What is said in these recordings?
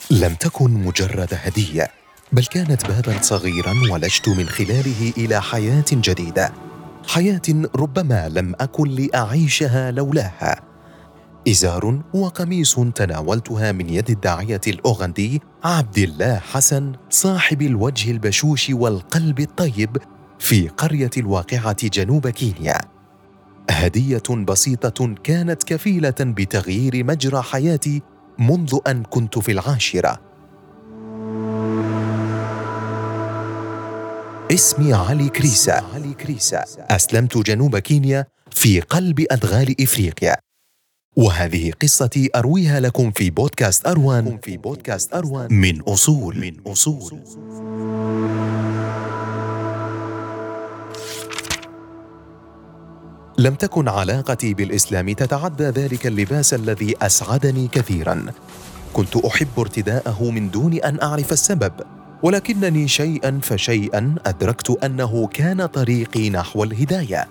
لم تكن مجرد هدية، بل كانت باباً صغيراً ولجت من خلاله إلى حياة جديدة، حياة ربما لم أكن لأعيشها لولاها. إزار وقميص تناولتها من يد الداعية الأوغندي عبد الله حسن، صاحب الوجه البشوش والقلب الطيب، في قرية الواقعة جنوب كينيا. هدية بسيطة كانت كفيلة بتغيير مجرى حياتي منذ أن كنت في العاشرة. اسمي علي كريسا. أسلمت جنوب كينيا في قلب أدغال إفريقيا، وهذه قصتي أرويها لكم في بودكاست أروان من أصول. لم تكن علاقتي بالإسلام تتعدى ذلك اللباس الذي أسعدني كثيراً. كنت أحب ارتداءه من دون أن أعرف السبب، ولكنني شيئاً فشيئاً أدركت أنه كان طريقي نحو الهداية.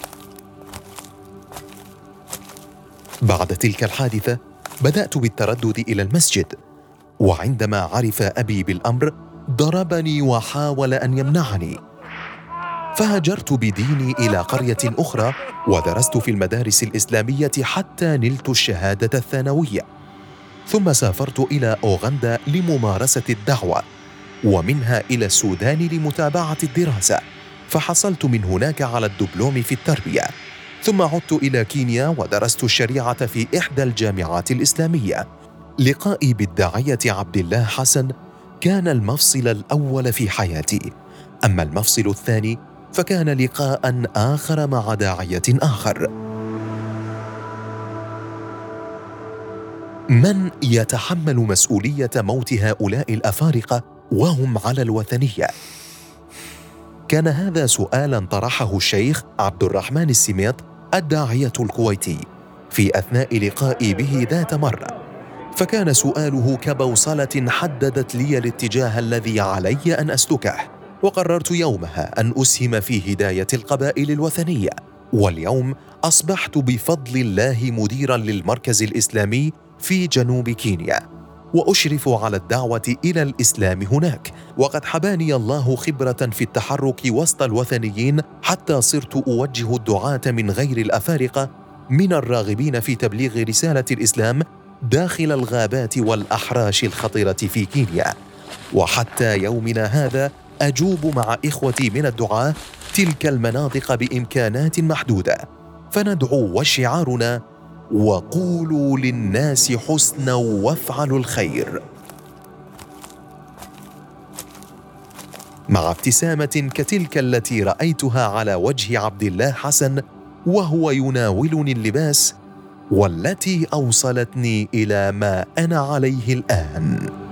بعد تلك الحادثة بدأت بالتردد إلى المسجد، وعندما عرف أبي بالأمر ضربني وحاول أن يمنعني. فهاجرت بديني إلى قرية أخرى، ودرست في المدارس الإسلامية حتى نلت الشهادة الثانوية، ثم سافرت إلى أوغندا لممارسة الدعوة، ومنها إلى السودان لمتابعة الدراسة، فحصلت من هناك على الدبلوم في التربية. ثم عدت إلى كينيا ودرست الشريعة في إحدى الجامعات الإسلامية. لقائي بالداعية عبد الله حسن كان المفصل الأول في حياتي، أما المفصل الثاني فكان لقاء آخر مع داعية آخر. من يتحمل مسؤولية موت هؤلاء الأفارقة وهم على الوثنية؟ كان هذا سؤالاً طرحه الشيخ عبد الرحمن السميط الداعية الكويتي في أثناء لقائي به ذات مرة، فكان سؤاله كبوصلة حددت لي الاتجاه الذي علي أن أسلكه. وقررت يومها أن أسهم في هداية القبائل الوثنية، واليوم أصبحت بفضل الله مديراً للمركز الإسلامي في جنوب كينيا، وأشرف على الدعوة إلى الإسلام هناك. وقد حباني الله خبرة في التحرك وسط الوثنيين، حتى صرت أوجه الدعاة من غير الأفارقة من الراغبين في تبليغ رسالة الإسلام داخل الغابات والأحراش الخطرة في كينيا. وحتى يومنا هذا أجوب مع إخوتي من الدعاة تلك المناطق بإمكانات محدودة، فندعو وشعارنا: وقولوا للناس حسنا وافعلوا الخير. مع ابتسامة كتلك التي رأيتها على وجه عبد الله حسن وهو يناولني اللباس، والتي أوصلتني إلى ما أنا عليه الآن.